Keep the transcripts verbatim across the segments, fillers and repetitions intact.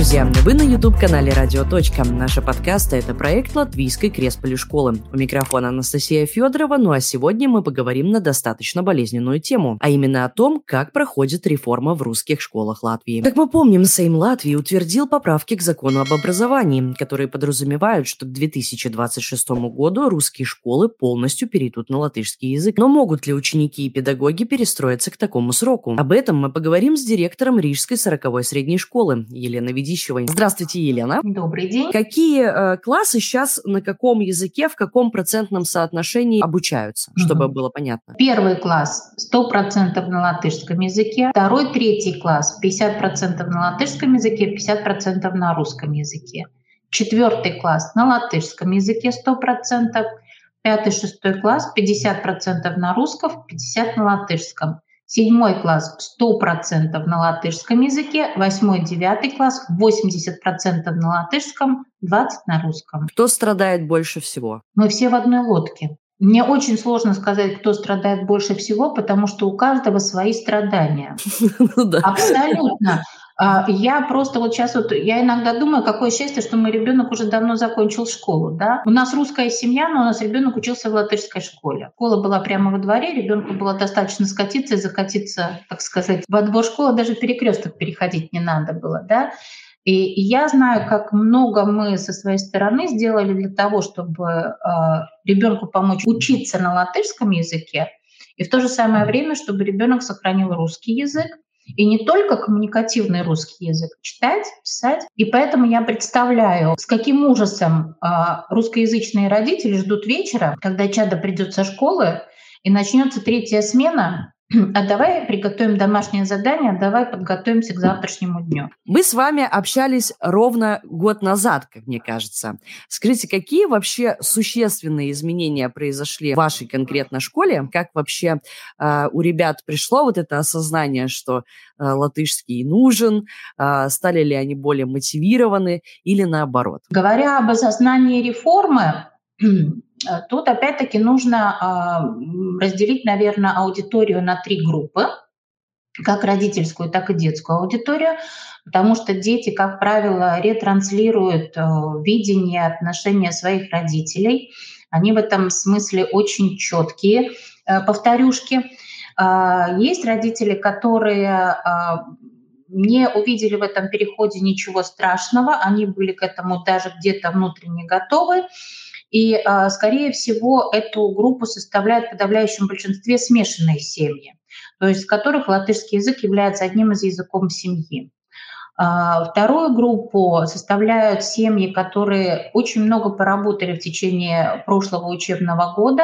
друзья! Вы на YouTube-канале Радио. Наши подкасты – это проект Латвийской Кресполи-школы. У микрофона Анастасия Федорова, ну а сегодня мы поговорим на достаточно болезненную тему, а именно о том, как проходит реформа в русских школах Латвии. Как мы помним, Сейм Латвии утвердил поправки к закону об образовании, которые подразумевают, что к две тысячи двадцать шестому году русские школы полностью перейдут на латышский язык. Но могут ли ученики и педагоги перестроиться к такому сроку? Об этом мы поговорим с директором Рижской сороковой средней школы Еленой Ведищевой. Здравствуйте, Елена. Добрый день. Какие э, классы сейчас на каком языке, в каком процентном соотношении обучаются, чтобы угу. было понятно? Первый класс сто процентов на латышском языке, второй, третий класс пятьдесят процентов на латышском языке, пятьдесят процентов на русском языке. Четвертый класс на латышском языке сто процентов, пятый, шестой класс пятьдесят процентов на русском, пятьдесят процентов на латышском. Седьмой класс сто процентов на латышском языке, восьмой, девятый класс восемьдесят процентов на латышском, двадцать процентов на русском. Кто страдает больше всего? Мы все в одной лодке. Мне очень сложно сказать, кто страдает больше всего, потому что у каждого свои страдания. Абсолютно. Я просто вот сейчас вот, я иногда думаю, какое счастье, что мой ребенок уже давно закончил школу, да. У нас русская семья, но у нас ребенок учился в латышской школе. Школа была прямо во дворе, ребенку было достаточно скатиться и закатиться, так сказать, во двор школы, даже перекресток переходить не надо было, да. И я знаю, как много мы со своей стороны сделали для того, чтобы э, ребенку помочь учиться на латышском языке, и в то же самое время, чтобы ребенок сохранил русский язык. И не только коммуникативный русский язык, читать, писать. И поэтому я представляю, с каким ужасом э, русскоязычные родители ждут вечера, когда чадо придет со школы, и начнется третья смена. А давай приготовим домашнее задание, а давай подготовимся к завтрашнему дню. Мы с вами общались ровно год назад, как мне кажется. Скажите, какие вообще существенные изменения произошли в вашей конкретно школе? Как вообще э, у ребят пришло вот это осознание, что э, латышский нужен? Э, стали ли они более мотивированы или наоборот? Говоря об осознании реформы, тут опять-таки нужно э, разделить, наверное, аудиторию на три группы, как родительскую, так и детскую аудиторию, потому что дети, как правило, ретранслируют э, видение, отношения своих родителей. Они в этом смысле очень четкие, э, повторюшки. Э, есть родители, которые э, не увидели в этом переходе ничего страшного, они были к этому даже где-то внутренне готовы. И, скорее всего, эту группу составляют в подавляющем большинстве смешанные семьи, то есть в которых латышский язык является одним из языков семьи. Вторую группу составляют семьи, которые очень много поработали в течение прошлого учебного года,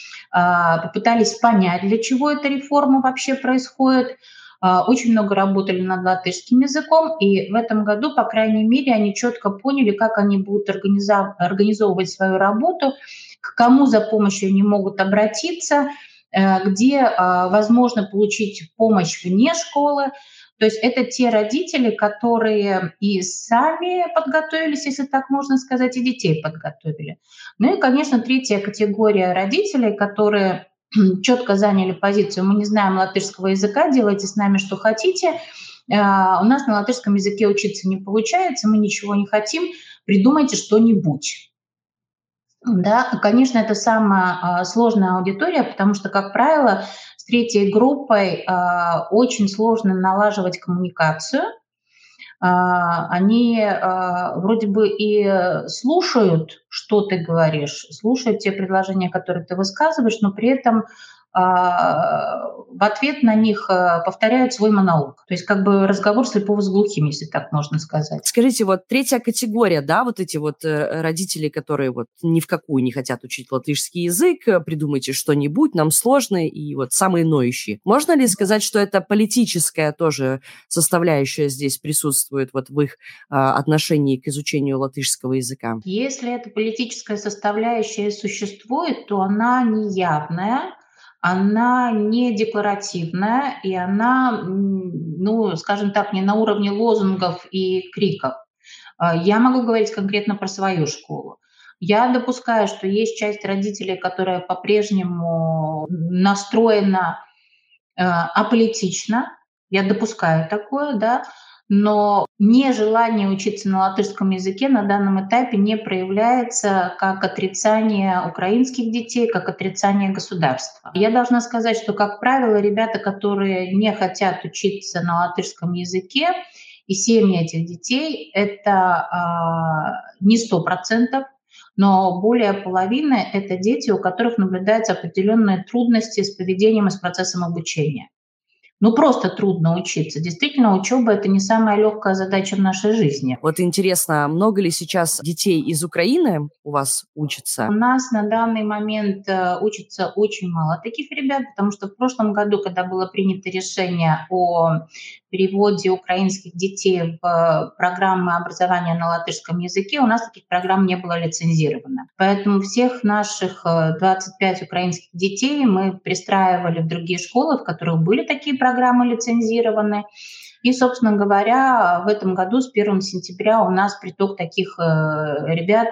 попытались понять, для чего эта реформа вообще происходит, очень много работали над латышским языком, и в этом году, по крайней мере, они четко поняли, как они будут организовывать свою работу, к кому за помощью они могут обратиться, где возможно получить помощь вне школы. То есть это те родители, которые и сами подготовились, если так можно сказать, и детей подготовили. Ну и, конечно, третья категория родителей, которые четко заняли позицию: мы не знаем латышского языка, делайте с нами что хотите, у нас на латышском языке учиться не получается, мы ничего не хотим, придумайте что-нибудь. Да, конечно, это самая сложная аудитория, потому что, как правило, с третьей группой очень сложно налаживать коммуникацию. Они вроде бы и слушают, что ты говоришь, слушают те предложения, которые ты высказываешь, но при этом в ответ на них повторяют свой монолог. То есть как бы разговор слепого с глухим, если так можно сказать. Скажите, вот третья категория, да, вот эти вот родители, которые вот ни в какую не хотят учить латышский язык, придумайте что-нибудь, нам сложно, и вот самые ноющие. Можно ли сказать, что это политическая тоже составляющая здесь присутствует вот в их отношении к изучению латышского языка? Если эта политическая составляющая существует, то она неявная, она не декларативная, и она, ну, скажем так, не на уровне лозунгов и криков. Я могу говорить конкретно про свою школу. Я допускаю, что есть часть родителей, которая по-прежнему настроена аполитично. Я допускаю такое, да. но нежелание учиться на латышском языке на данном этапе не проявляется как отрицание украинских детей, как отрицание государства. Я должна сказать, что, как правило, ребята, которые не хотят учиться на латышском языке, и семьи этих детей — это э, не сто процентов, но более половины — это дети, у которых наблюдаются определенные трудности с поведением и с процессом обучения. Ну, просто трудно учиться. Действительно, учеба — это не самая легкая задача в нашей жизни. Вот интересно, много ли сейчас детей из Украины у вас учатся? У нас на данный момент учатся очень мало таких ребят, потому что в прошлом году, когда было принято решение о переводе украинских детей в программы образования на латышском языке, у нас таких программ не было лицензировано. Поэтому всех наших двадцать пять украинских детей мы пристраивали в другие школы, в которых были такие программы лицензированы. И, собственно говоря, в этом году с первого сентября у нас приток таких ребят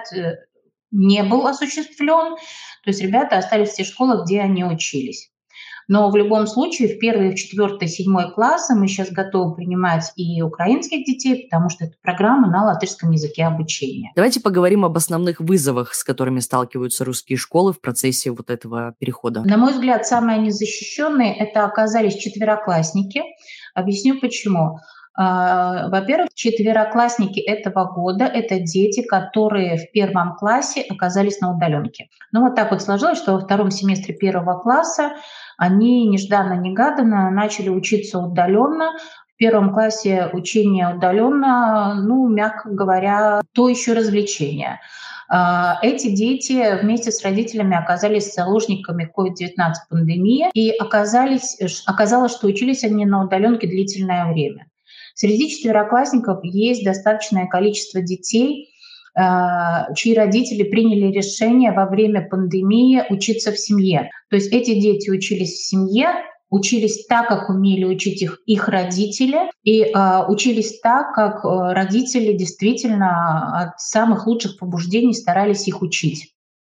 не был осуществлен. То есть ребята остались в тех школах, где они учились. Но в любом случае в первый, в четвертый, седьмой классы мы сейчас готовы принимать и украинских детей, потому что это программа на латышском языке обучения. Давайте поговорим об основных вызовах, с которыми сталкиваются русские школы в процессе вот этого перехода. На мой взгляд, самые незащищенные — это оказались четвероклассники. Объясню почему. Во-первых, четвероклассники этого года — это дети, которые в первом классе оказались на удаленке. Ну вот так вот сложилось, что во втором семестре первого класса они нежданно-негаданно начали учиться удаленно. В первом классе учение удаленно, ну, мягко говоря, то еще развлечение. Эти дети вместе с родителями оказались заложниками ковид девятнадцать пандемии, и оказались, оказалось, что учились они на удаленке длительное время. Среди четвероклассников есть достаточное количество детей, чьи родители приняли решение во время пандемии учиться в семье. То есть эти дети учились в семье, учились так, как умели учить их их родители, и э, учились так, как родители действительно от самых лучших побуждений старались их учить.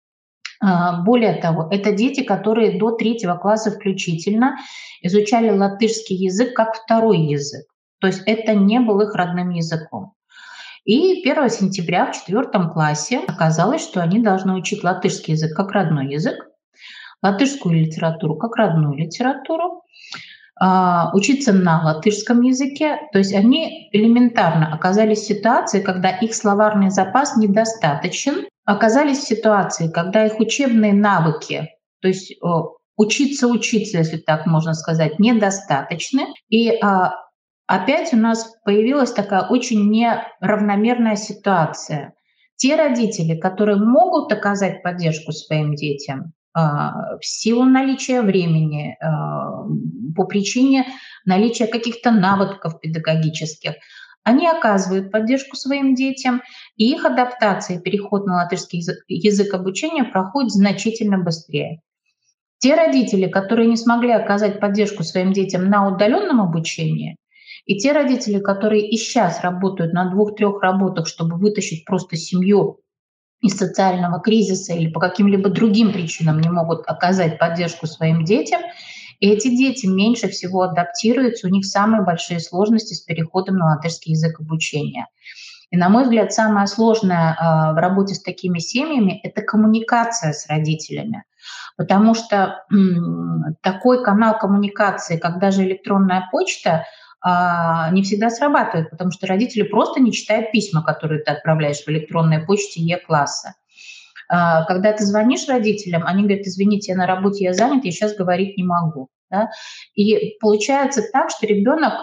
Э, более того, это дети, которые до третьего класса включительно изучали латышский язык как второй язык. То есть это не был их родным языком. И первого сентября в четвертом классе оказалось, что они должны учить латышский язык как родной язык, латышскую литературу как родную литературу, учиться на латышском языке. То есть они элементарно оказались в ситуации, когда их словарный запас недостаточен, оказались в ситуации, когда их учебные навыки, то есть учиться учиться, если так можно сказать, недостаточны. И опять у нас появилась такая очень неравномерная ситуация. Те родители, которые могут оказать поддержку своим детям в силу наличия времени, по причине наличия каких-то навыков педагогических, они оказывают поддержку своим детям, и их адаптация и переход на латышский язык, язык обучения проходит значительно быстрее. Те родители, которые не смогли оказать поддержку своим детям на удаленном обучении, и те родители, которые и сейчас работают на двух-трех работах, чтобы вытащить просто семью из социального кризиса или по каким-либо другим причинам не могут оказать поддержку своим детям, эти дети меньше всего адаптируются, у них самые большие сложности с переходом на латышский язык обучения. И, на мой взгляд, самое сложное э, в работе с такими семьями — это коммуникация с родителями. Потому что м, такой канал коммуникации, как даже электронная почта, не всегда срабатывает, потому что родители просто не читают письма, которые ты отправляешь в электронной почте Е-класса. Когда ты звонишь родителям, они говорят: извините, я на работе, я занят, я сейчас говорить не могу. Да? И получается так, что ребенок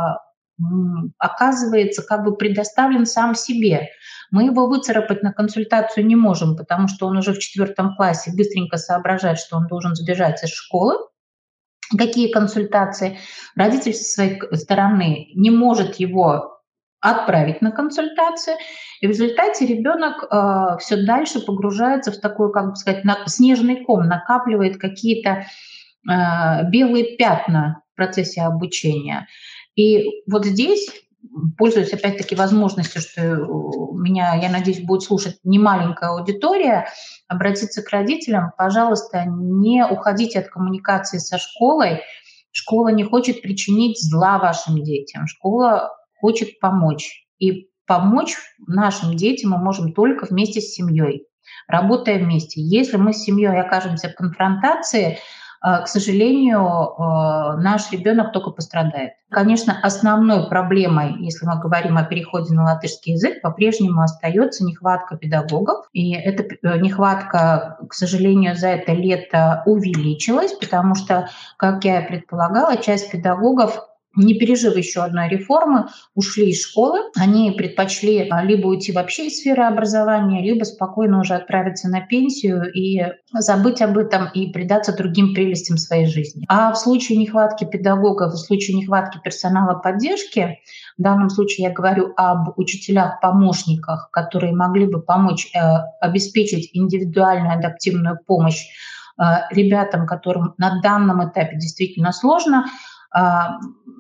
оказывается как бы предоставлен сам себе. Мы его выцарапать на консультацию не можем, потому что он уже в четвертом классе быстренько соображает, что он должен сбежать из школы. Какие консультации? Родитель со своей стороны не может его отправить на консультацию, и в результате ребенок э, все дальше погружается в такой, как бы сказать, на, снежный ком, накапливает какие-то э, белые пятна в процессе обучения. И вот здесь, пользуясь опять-таки возможностью, что меня, я надеюсь, будет слушать немаленькая аудитория, обратиться к родителям: пожалуйста, не уходите от коммуникации со школой. Школа не хочет причинить зла вашим детям. Школа хочет помочь. И помочь нашим детям мы можем только вместе с семьей, работая вместе. Если мы с семьей окажемся в конфронтации, к сожалению, наш ребенок только пострадает. Конечно, основной проблемой, если мы говорим о переходе на латышский язык, по-прежнему остается нехватка педагогов. И эта нехватка, к сожалению, за это лето увеличилась, потому что, как я и предполагала, часть педагогов, не пережив еще одной реформы, ушли из школы. Они предпочли либо уйти вообще из сферы образования, либо спокойно уже отправиться на пенсию и забыть об этом и предаться другим прелестям своей жизни. А в случае нехватки педагогов, в случае нехватки персонала поддержки, в данном случае я говорю об учителях-помощниках, которые могли бы помочь э, обеспечить индивидуальную адаптивную помощь э, ребятам, которым на данном этапе действительно сложно, Uh,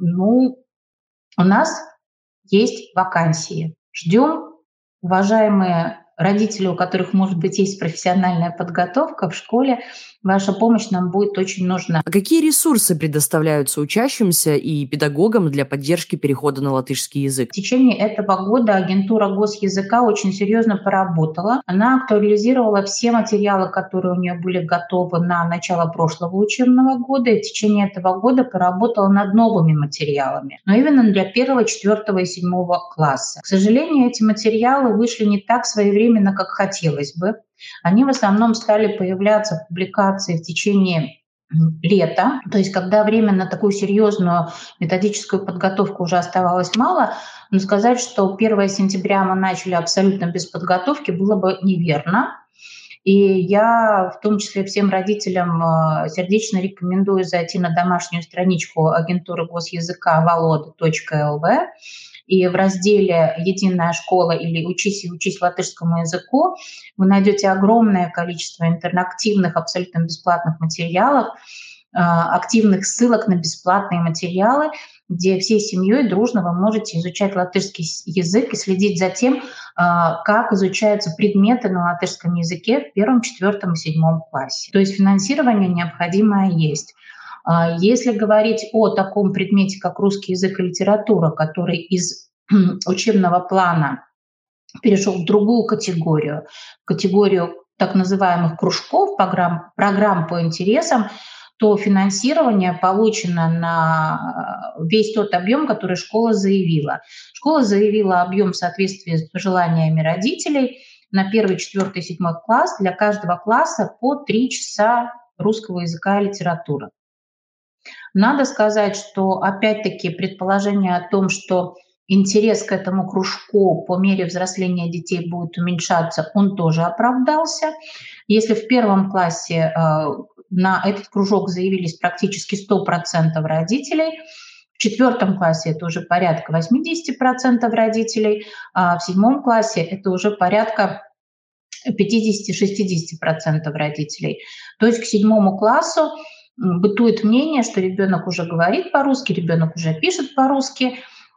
ну, у нас есть вакансии. Ждем, уважаемые родители, у которых, может быть, есть профессиональная подготовка в школе, ваша помощь нам будет очень нужна. А какие ресурсы предоставляются учащимся и педагогам для поддержки перехода на латышский язык? В течение этого года агентура госязыка очень серьезно поработала. Она актуализировала все материалы, которые у нее были готовы на начало прошлого учебного года, и в течение этого года поработала над новыми материалами, но именно для первого, четвертого и седьмого класса. К сожалению, эти материалы вышли не так своевременно, как хотелось бы. Они в основном стали появляться в публикации в течение лета, то есть когда время на такую серьезную методическую подготовку уже оставалось мало, но сказать, что первого сентября мы начали абсолютно без подготовки, было бы неверно. И я в том числе всем родителям сердечно рекомендую зайти на домашнюю страничку агентуры госязыка валода точка эл ви, и в разделе «Единая школа» или «Учись и учись латышскому языку» вы найдете огромное количество интерактивных, абсолютно бесплатных материалов, активных ссылок на бесплатные материалы, где всей семьей дружно вы можете изучать латышский язык и следить за тем, как изучаются предметы на латышском языке в первом, четвертом и седьмом классе. То есть финансирование необходимое есть. Если говорить о таком предмете, как русский язык и литература, который из учебного плана перешел в другую категорию, в категорию так называемых кружков, программ, программ по интересам, то финансирование получено на весь тот объем, который школа заявила. Школа заявила объем в соответствии с пожеланиями родителей на первый, четвертый, седьмой класс для каждого класса по три часа русского языка и литературы. Надо сказать, что опять-таки предположение о том, что интерес к этому кружку по мере взросления детей будет уменьшаться, он тоже оправдался. Если в первом классе э, на этот кружок заявились практически сто процентов родителей, в четвертом классе это уже порядка восемьдесят процентов родителей, а в седьмом классе это уже порядка пятьдесят-шестьдесят процентов родителей. То есть к седьмому классу бытует мнение, что ребенок уже говорит по-русски, ребенок уже пишет по-русски.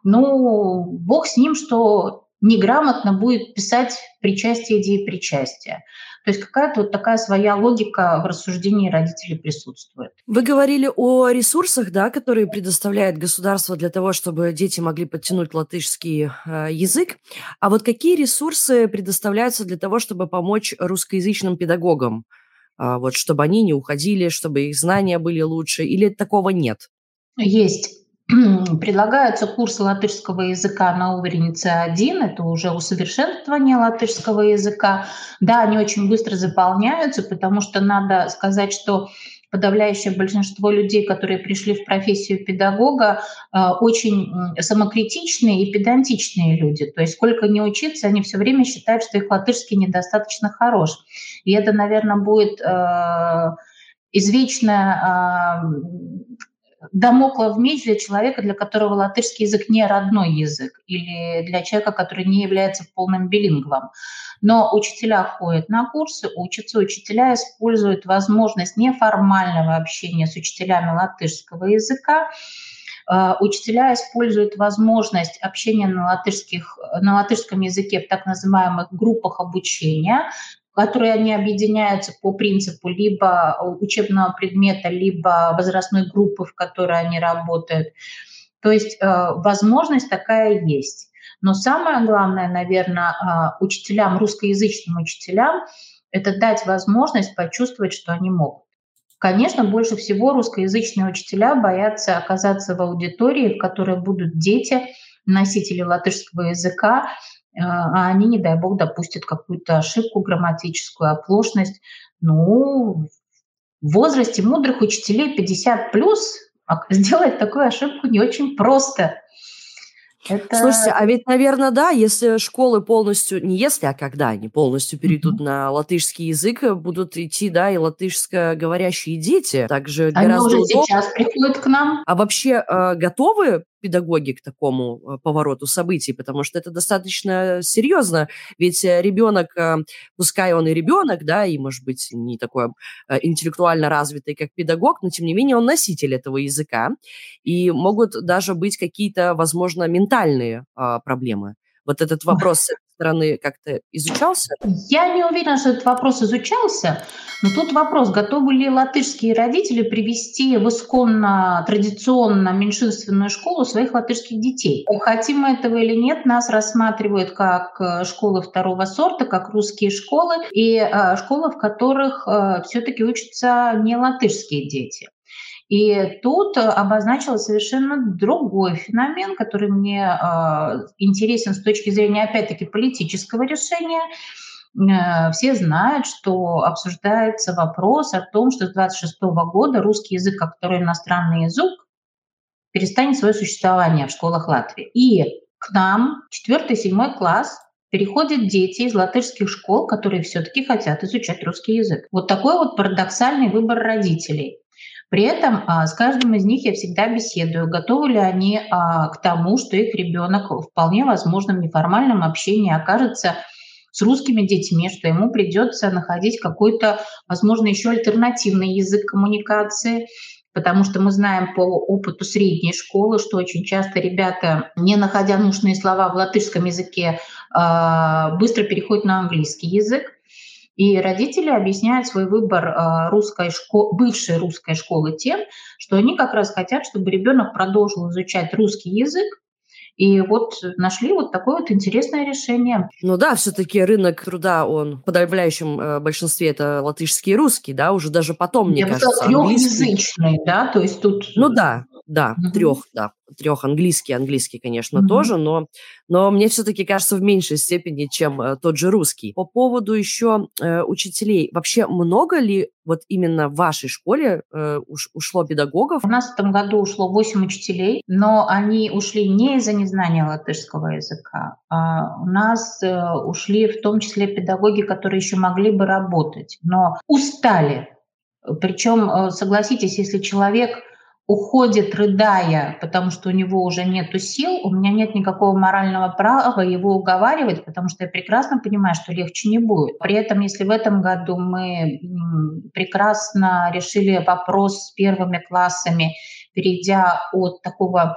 Ну, бог с ним, что неграмотно будет писать причастие, идеи причастия. То есть какая-то вот такая своя логика в рассуждении родителей присутствует. Вы говорили о ресурсах, да, которые предоставляет государство для того, чтобы дети могли подтянуть латышский э, язык. А вот какие ресурсы предоставляются для того, чтобы помочь русскоязычным педагогам? Э, вот чтобы они не уходили, чтобы их знания были лучше, или такого нет? Есть. Предлагаются курсы латышского языка на уровне цэ один, это уже усовершенствование латышского языка. Да, они очень быстро заполняются, потому что надо сказать, что подавляющее большинство людей, которые пришли в профессию педагога, очень самокритичные и педантичные люди. То есть сколько ни учиться, они все время считают, что их латышский недостаточно хорош. И это, наверное, будет извечная дамоклов меч для человека, для которого латышский язык не родной язык, или для человека, который не является полным билингвом. Но учителя ходят на курсы, учатся, учителя используют возможность неформального общения с учителями латышского языка, учителя используют возможность общения на, латышских, на латышском языке в так называемых группах обучения, которые они объединяются по принципу либо учебного предмета, либо возрастной группы, в которой они работают. То есть возможность такая есть. Но самое главное, наверное, учителям, русскоязычным учителям, это дать возможность почувствовать, что они могут. Конечно, больше всего русскоязычные учителя боятся оказаться в аудитории, в которой будут дети, носители латышского языка, а они, не дай бог, допустят какую-то ошибку грамматическую, оплошность. Ну, в возрасте мудрых учителей пятьдесят плюс сделать такую ошибку не очень просто. Это... Слушайте, а ведь, наверное, да, если школы полностью, не если, а когда они полностью перейдут mm-hmm. на латышский язык, будут идти, да, и латышскоговорящие дети, также они гораздо уже удобнее. Сейчас приходят к нам. А вообще э, готовы педагоги к такому э, повороту событий? Потому что это достаточно серьезно, ведь ребенок, э, пускай он и ребенок, да, и, может быть, не такой э, интеллектуально развитый, как педагог, но, тем не менее, он носитель этого языка, и могут даже быть какие-то, возможно, ментальные э, проблемы. Вот этот вопрос с этой стороны как-то изучался? Я не уверена, что этот вопрос изучался, но тут вопрос, готовы ли латышские родители привести в исконно традиционно меньшинственную школу своих латышских детей. Хотим мы этого или нет, нас рассматривают как школы второго сорта, как русские школы, и школы, в которых все-таки учатся не латышские дети. И тут обозначился совершенно другой феномен, который мне э, интересен с точки зрения, опять-таки, политического решения. Э, все знают, что обсуждается вопрос о том, что с двадцать шестого года русский язык, как второй иностранный язык, перестанет свое существование в школах Латвии. И к нам четвёртый-седьмой класс переходят дети из латышских школ, которые все-таки хотят изучать русский язык. Вот такой вот парадоксальный выбор родителей. При этом а, с каждым из них я всегда беседую, готовы ли они а, к тому, что их ребенок в вполне возможном неформальном общении окажется с русскими детьми, что ему придется находить какой-то, возможно, еще альтернативный язык коммуникации, потому что мы знаем по опыту средней школы, что очень часто ребята, не находя нужные слова в латышском языке, а, быстро переходят на английский язык. И родители объясняют свой выбор русской школы, бывшей русской школы тем, что они как раз хотят, чтобы ребенок продолжил изучать русский язык. И вот нашли вот такое вот интересное решение. Ну да, все-таки рынок труда, он в подавляющем э, большинстве это латышский и русский, да, уже даже потом, мне Я кажется, трехязычный, да, то есть тут... Ну да, да, угу. трех, да, трех английский, английский, конечно, угу. тоже, но, но мне все-таки кажется в меньшей степени, чем э, тот же русский. По поводу еще э, учителей, вообще много ли вот именно в вашей школе э, уш, ушло педагогов? У нас в этом году ушло восемь учителей, но они ушли не из-за незнания латышского языка. А у нас э, ушли в том числе педагоги, которые еще могли бы работать, но устали. Причем, э, согласитесь, если человек уходит, рыдая, потому что у него уже нету сил, у меня нет никакого морального права его уговаривать, потому что я прекрасно понимаю, что легче не будет. При этом, если в этом году мы прекрасно решили вопрос с первыми классами, перейдя от такого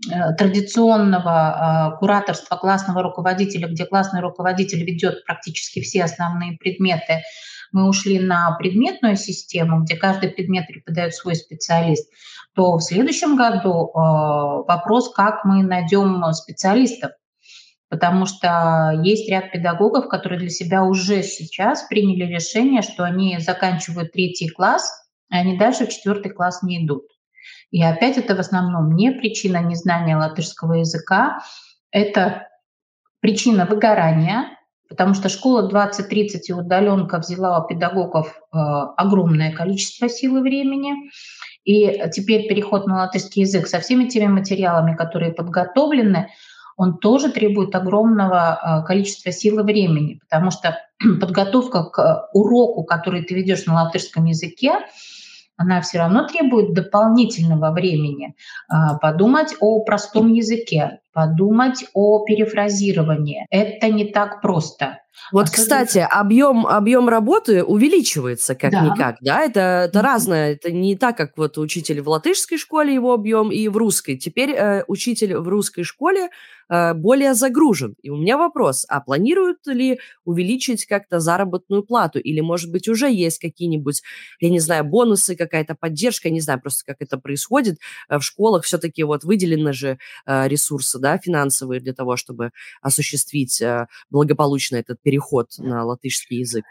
традиционного кураторства классного руководителя, где классный руководитель ведет практически все основные предметы, мы ушли на предметную систему, где каждый предмет преподает свой специалист, то в следующем году э, вопрос, как мы найдем специалистов. Потому что есть ряд педагогов, которые для себя уже сейчас приняли решение, что они заканчивают третий класс, а они дальше в четвертый класс не идут. И опять это в основном не причина незнания латышского языка, это причина выгорания, потому что школа двадцать тридцать и удаленка взяла у педагогов э, огромное количество сил и времени. И теперь переход на латышский язык со всеми теми материалами, которые подготовлены, он тоже требует огромного э, количества сил и времени, потому что подготовка к уроку, который ты ведешь на латышском языке, она все равно требует дополнительного времени. Подумать о простом языке, подумать о перефразировании. Это не так просто. Вот, Особенно... кстати, объем, объем работы увеличивается Да. как-никак, да? Это, это разное, это не так, как вот учитель в латышской школе его объем и в русской. Теперь э, учитель в русской школе э, более загружен. И у меня вопрос, а планируют ли увеличить как-то заработную плату? Или, может быть, уже есть какие-нибудь, я не знаю, бонусы, какая-то поддержка, я не знаю просто, как это происходит. В школах все-таки вот выделены же э, ресурсы, да, финансовые для того, чтобы осуществить э, благополучно этот переход на латышский язык?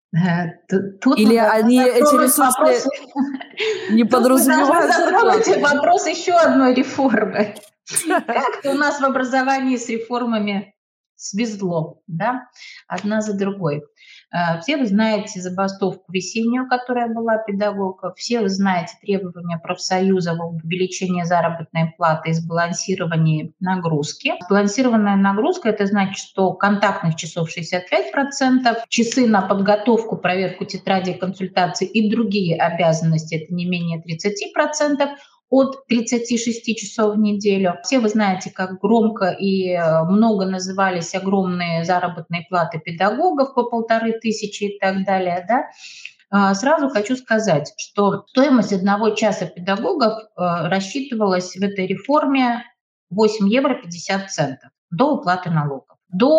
Тут Или мы должны они, эти затронуть ресурсы вопрос... не Тут мы должны подразумевают затронуть зарплату? вопрос еще одной реформы. Как-то у нас в образовании с реформами свезло, да, одна за другой. Все вы знаете забастовку весеннюю, которая была педагогов, все вы знаете требования профсоюза об увеличении заработной платы и сбалансировании нагрузки. Сбалансированная нагрузка – это значит, что контактных часов шестьдесят пять процентов, часы на подготовку, проверку тетради, консультации и другие обязанности – это не менее тридцать процентов, от тридцати шести часов в неделю. Все вы знаете, как громко и много назывались огромные заработные платы педагогов по полторы тысячи и так далее. Да? Сразу хочу сказать, что стоимость одного часа педагогов рассчитывалась в этой реформе восемь евро пятьдесят центов до уплаты налогов.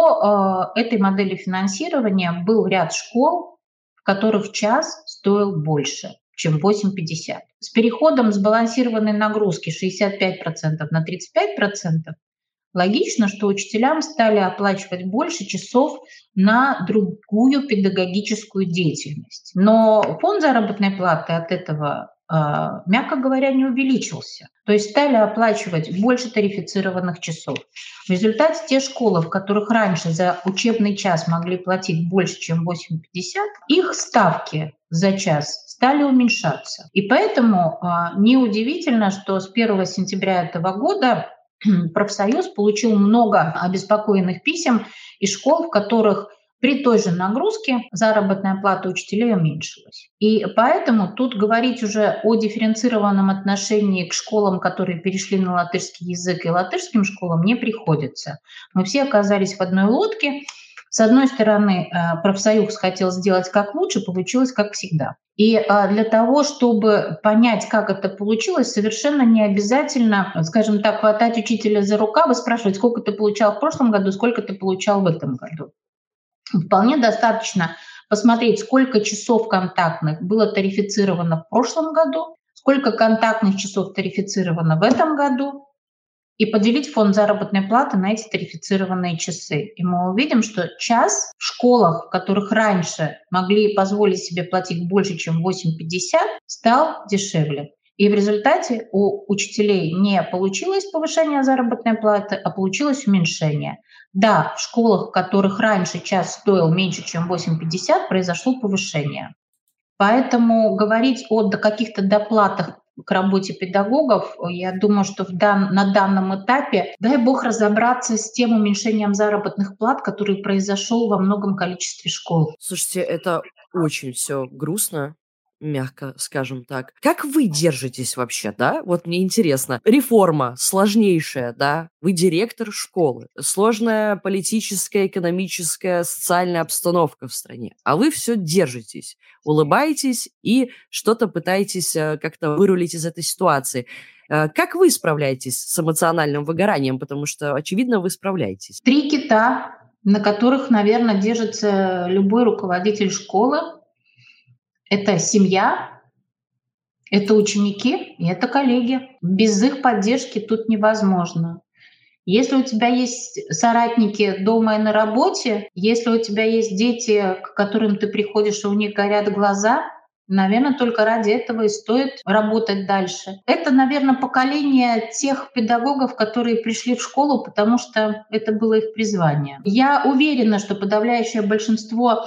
До этой модели финансирования был ряд школ, в которых час стоил больше, чем восемь пятьдесят. С переходом сбалансированной нагрузки шестьдесят пять процентов на тридцать пять процентов логично, что учителям стали оплачивать больше часов на другую педагогическую деятельность. Но фонд заработной платы от этого, мягко говоря, не увеличился. То есть стали оплачивать больше тарифицированных часов. В результате те школы, в которых раньше за учебный час могли платить больше, чем восемь пятьдесят, их ставки за час стали уменьшаться. И поэтому а, неудивительно, что с первого сентября этого года профсоюз получил много обеспокоенных писем из школ, в которых при той же нагрузке заработная плата учителей уменьшилась. И поэтому тут говорить уже о дифференцированном отношении к школам, которые перешли на латышский язык, и латышским школам не приходится. Мы все оказались в одной лодке. С одной стороны, профсоюз хотел сделать как лучше, получилось как всегда. И для того, чтобы понять, как это получилось, совершенно не обязательно, скажем так, хватать учителя за рукав и спрашивать, сколько ты получал в прошлом году, сколько ты получал в этом году. Вполне достаточно посмотреть, сколько часов контактных было тарифицировано в прошлом году, сколько контактных часов тарифицировано в этом году, и поделить фонд заработной платы на эти тарифицированные часы. И мы увидим, что час в школах, в которых раньше могли позволить себе платить больше, чем восемь пятьдесят, стал дешевле. И в результате у учителей не получилось повышение заработной платы, а получилось уменьшение. Да, в школах, в которых раньше час стоил меньше, чем восемь пятьдесят, произошло повышение. Поэтому говорить о каких-то доплатах к работе педагогов, я думаю, что в дан, на данном этапе, дай бог разобраться с тем уменьшением заработных плат, который произошел во многом количестве школ. Слушайте, это очень все грустно, мягко скажем так. Как вы держитесь вообще, да? Вот мне интересно. Реформа сложнейшая, да? Вы директор школы. Сложная политическая, экономическая, социальная обстановка в стране. А вы все держитесь, улыбаетесь и что-то пытаетесь как-то вырулить из этой ситуации. Как вы справляетесь с эмоциональным выгоранием? Потому что, очевидно, вы справляетесь. Три кита, на которых, наверное, держится любой руководитель школы. Это семья, это ученики и это коллеги. Без их поддержки тут невозможно. Если у тебя есть соратники дома и на работе, если у тебя есть дети, к которым ты приходишь, и у них горят глаза, наверное, только ради этого и стоит работать дальше. Это, наверное, поколение тех педагогов, которые пришли в школу, потому что это было их призвание. Я уверена, что подавляющее большинство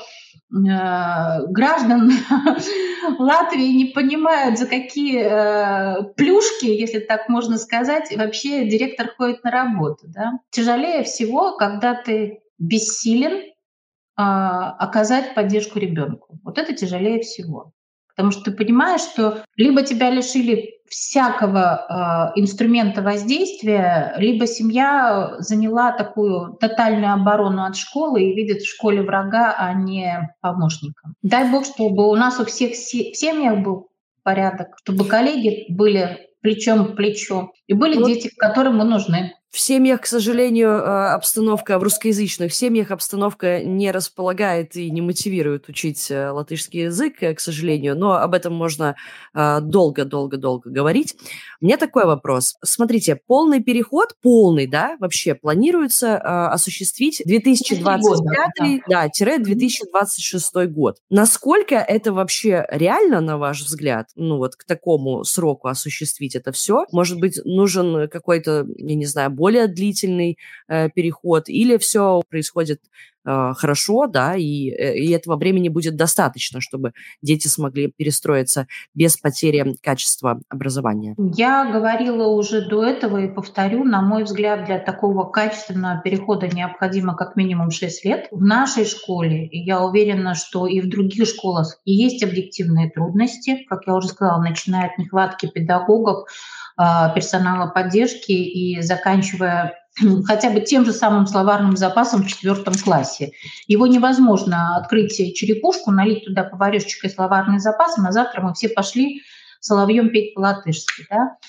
граждан Латвии не понимают, за какие э, плюшки, если так можно сказать, вообще директор ходит на работу. Да? Тяжелее всего, когда ты бессилен э, оказать поддержку ребенку. Вот это тяжелее всего. Потому что ты понимаешь, что либо тебя лишили всякого э, инструмента воздействия, либо семья заняла такую тотальную оборону от школы и видит в школе врага, а не помощника. Дай бог, чтобы у нас у всех в семьях был порядок, чтобы коллеги были плечом к плечу и были Вот. дети, которым мы нужны. В семьях, к сожалению, обстановка, в русскоязычных семьях обстановка не располагает и не мотивирует учить латышский язык, к сожалению, но об этом можно долго-долго-долго говорить. У меня такой вопрос. Смотрите, полный переход, полный, да, вообще планируется осуществить две тысячи двадцать пятый, да, две тысячи двадцать шестой год. Насколько это вообще реально, на ваш взгляд, ну вот к такому сроку осуществить это все? Может быть, нужен какой-то, я не знаю, более длительный э, переход, или все происходит э, хорошо, да, и, и этого времени будет достаточно, чтобы дети смогли перестроиться без потери качества образования? Я говорила уже до этого и повторю, на мой взгляд, для такого качественного перехода необходимо как минимум шесть лет. В нашей школе, и я уверена, что и в других школах, и есть объективные трудности, как я уже сказала, начиная от нехватки педагогов, персонала поддержки и заканчивая хотя бы тем же самым словарным запасом в четвертом классе. Его невозможно открыть черепушку, налить туда поварешечкой словарный запас, а завтра мы все пошли соловьем петь по-латышски.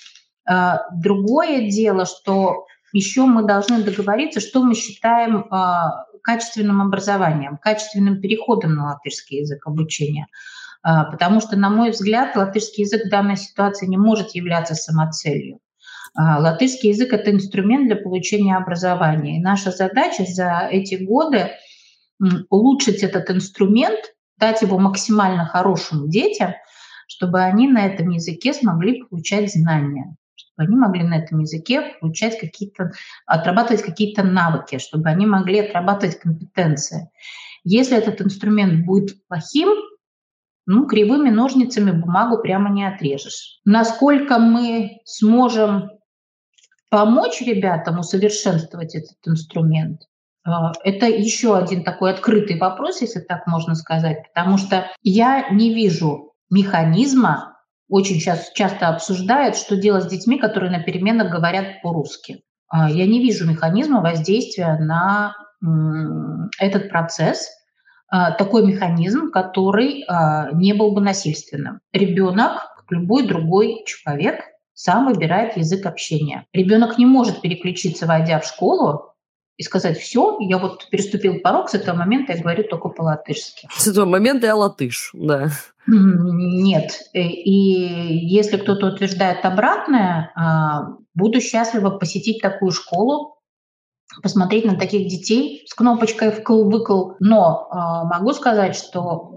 Да? Другое дело, что еще мы должны договориться, что мы считаем качественным образованием, качественным переходом на латышский язык обучения. Потому что, на мой взгляд, латышский язык в данной ситуации не может являться самоцелью. Латышский язык – это инструмент для получения образования. И наша задача за эти годы улучшить этот инструмент, дать его максимально хорошим детям, чтобы они на этом языке смогли получать знания, чтобы они могли на этом языке получать какие-то, отрабатывать какие-то навыки, чтобы они могли отрабатывать компетенции. Если этот инструмент будет плохим, ну, кривыми ножницами бумагу прямо не отрежешь. Насколько мы сможем помочь ребятам усовершенствовать этот инструмент, это еще один такой открытый вопрос, если так можно сказать, потому что я не вижу механизма, очень сейчас часто обсуждают, что делать с детьми, которые на переменах говорят по-русски. Я не вижу механизма воздействия на этот процесс, такой механизм, который не был бы насильственным. Ребенок, как любой другой человек, сам выбирает язык общения. Ребенок не может переключиться, войдя в школу, и сказать: все, я вот переступил порог, с этого момента я говорю только по-латышски. С этого момента я латыш, да. Нет. И если кто-то утверждает обратное, буду счастлива посетить такую школу, посмотреть на таких детей с кнопочкой вкл-выкл. Но э, могу сказать, что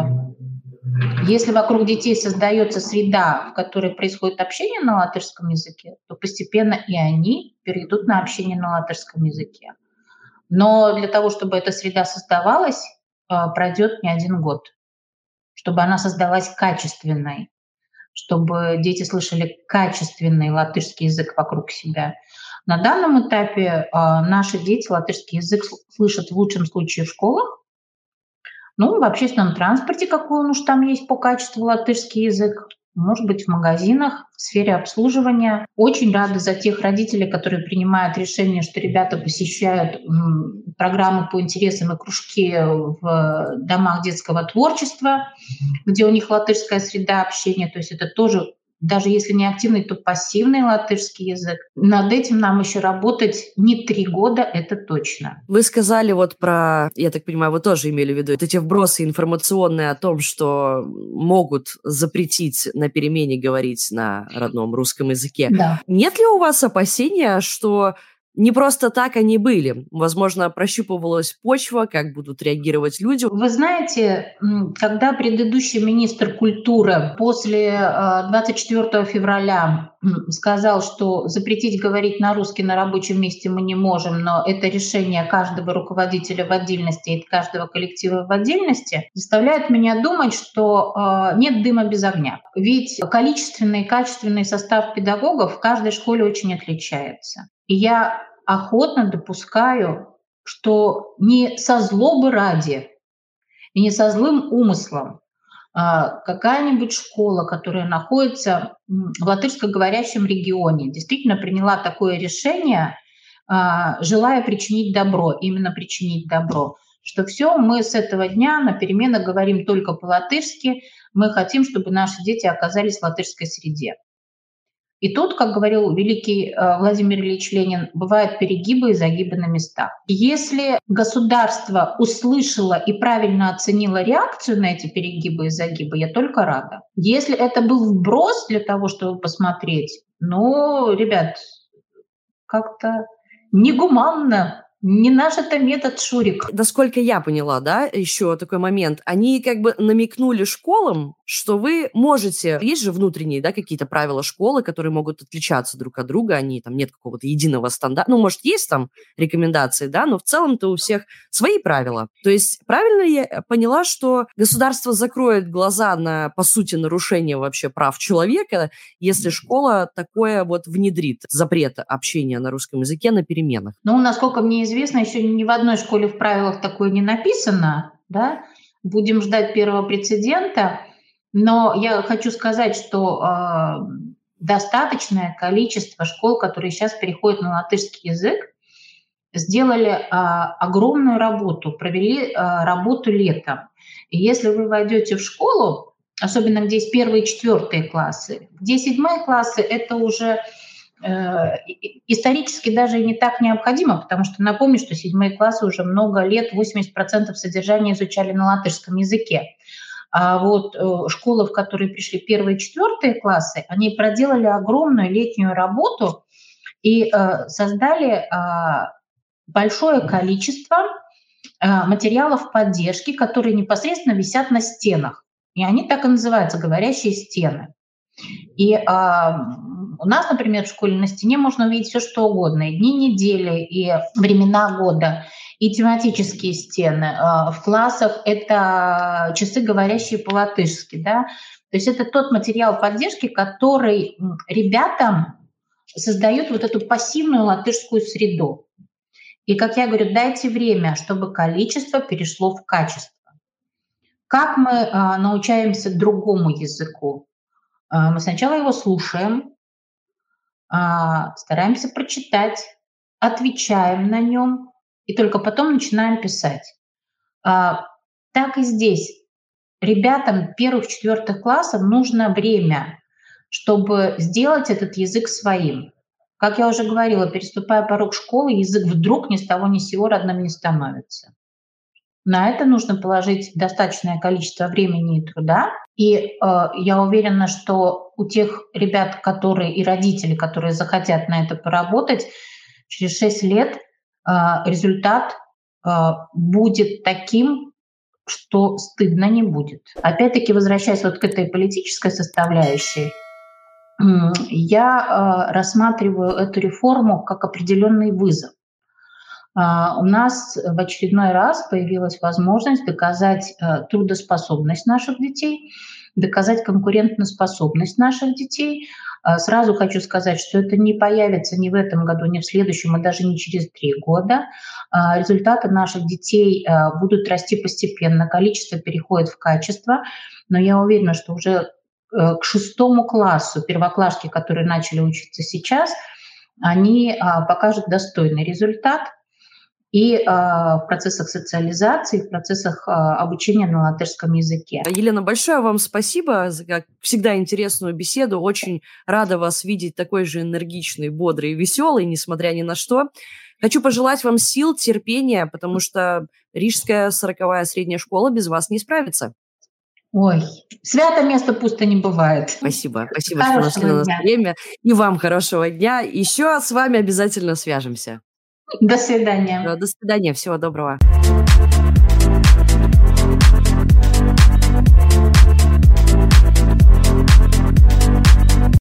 э, если вокруг детей создается среда, в которой происходит общение на латышском языке, то постепенно и они перейдут на общение на латышском языке. Но для того, чтобы эта среда создавалась, э, пройдет не один год. Чтобы она создалась качественной, чтобы дети слышали качественный латышский язык вокруг себя. На данном этапе э, наши дети латышский язык слышат в лучшем случае в школах, ну, в общественном транспорте, какой он уж там есть по качеству латышский язык, может быть, в магазинах, в сфере обслуживания. Очень рада за тех родителей, которые принимают решение, что ребята посещают м, программы по интересам и кружки в домах детского творчества, где у них латышская среда общения, то есть это тоже, даже если не активный, то пассивный латышский язык. Над этим нам еще работать не три года, это точно. Вы сказали вот про, я так понимаю, вы тоже имели в виду вот эти вбросы информационные о том, что могут запретить на перемене говорить на родном русском языке. Да. Нет ли у вас опасения, что не просто так они были? Возможно, прощупывалась почва, как будут реагировать люди. Вы знаете, когда предыдущий министр культуры после двадцать четвёртого февраля сказал, что запретить говорить на русский на рабочем месте мы не можем, но это решение каждого руководителя в отдельности и каждого коллектива в отдельности, заставляет меня думать, что нет дыма без огня. Ведь количественный и качественный состав педагогов в каждой школе очень отличается. И я охотно допускаю, что не со злобы ради и не со злым умыслом, какая-нибудь школа, которая находится в латышскоговорящем регионе, действительно приняла такое решение, желая причинить добро, именно причинить добро, что все, мы с этого дня на переменах говорим только по-латышски, мы хотим, чтобы наши дети оказались в латышской среде. И тут, как говорил великий Владимир Ильич Ленин, бывают перегибы и загибы на местах. Если государство услышало и правильно оценило реакцию на эти перегибы и загибы, я только рада. Если это был вброс для того, чтобы посмотреть, ну, ребят, как-то негуманно. Не наш это метод, Шурик. Насколько я поняла, да, еще такой момент. Они как бы намекнули школам, что вы можете... Есть же внутренние, да, какие-то правила школы, которые могут отличаться друг от друга. Они, там, нет какого-то единого стандарта. Ну, может, есть там рекомендации, да, но в целом-то у всех свои правила. То есть правильно я поняла, что государство закроет глаза на, по сути, нарушение вообще прав человека, если школа такое вот внедрит, запрет общения на русском языке на переменах? Ну, насколько мне известно, еще ни в одной школе в правилах такое не написано, да? Будем ждать первого прецедента, но я хочу сказать, что э, достаточное количество школ, которые сейчас переходят на латышский язык, сделали э, огромную работу, провели э, работу летом. И если вы войдете в школу, особенно где есть первые и четвертые классы, где седьмые классы, это уже исторически даже и не так необходимо, потому что напомню, что седьмые классы уже много лет, восемьдесят процентов содержания изучали на латышском языке. А вот школы, в которые пришли первые и четвертые классы, они проделали огромную летнюю работу и создали большое количество материалов поддержки, которые непосредственно висят на стенах. И они так и называются «говорящие стены». И у нас, например, в школе на стене можно увидеть все, что угодно. И дни недели, и времена года, и тематические стены. В классах это часы, говорящие по-латышски. Да? То есть это тот материал поддержки, который ребятам создает вот эту пассивную латышскую среду. И, как я говорю, дайте время, чтобы количество перешло в качество. Как мы научаемся другому языку? Мы сначала его слушаем, стараемся прочитать, отвечаем на нем и только потом начинаем писать. Так и здесь. Ребятам первых-четвертых классов нужно время, чтобы сделать этот язык своим. Как я уже говорила, переступая порог школы, язык вдруг ни с того ни с сего родным не становится. На это нужно положить достаточное количество времени и труда. И э, я уверена, что у тех ребят, которые и родители, которые захотят на это поработать, через шесть лет э, результат э, будет таким, что стыдно не будет. Опять-таки, возвращаясь вот к этой политической составляющей, э, я э, рассматриваю эту реформу как определенный вызов. У нас в очередной раз появилась возможность доказать трудоспособность наших детей, доказать конкурентоспособность наших детей. Сразу хочу сказать, что это не появится ни в этом году, ни в следующем, и даже не через три года. Результаты наших детей будут расти постепенно, количество переходит в качество, но я уверена, что уже к шестому классу первоклашки, которые начали учиться сейчас, они покажут достойный результат. И э, в процессах социализации, в процессах э, обучения на латышском языке. Елена, большое вам спасибо за, как всегда, интересную беседу. Очень рада вас видеть такой же энергичный, бодрый и веселый, несмотря ни на что. Хочу пожелать вам сил, терпения, потому что Рижская сороковая средняя школа без вас не справится. Ой, свято место пусто не бывает. Спасибо, спасибо, хорошего что нашли на нас время. И вам хорошего дня. Еще с вами обязательно свяжемся. До свидания. До свидания, всего доброго.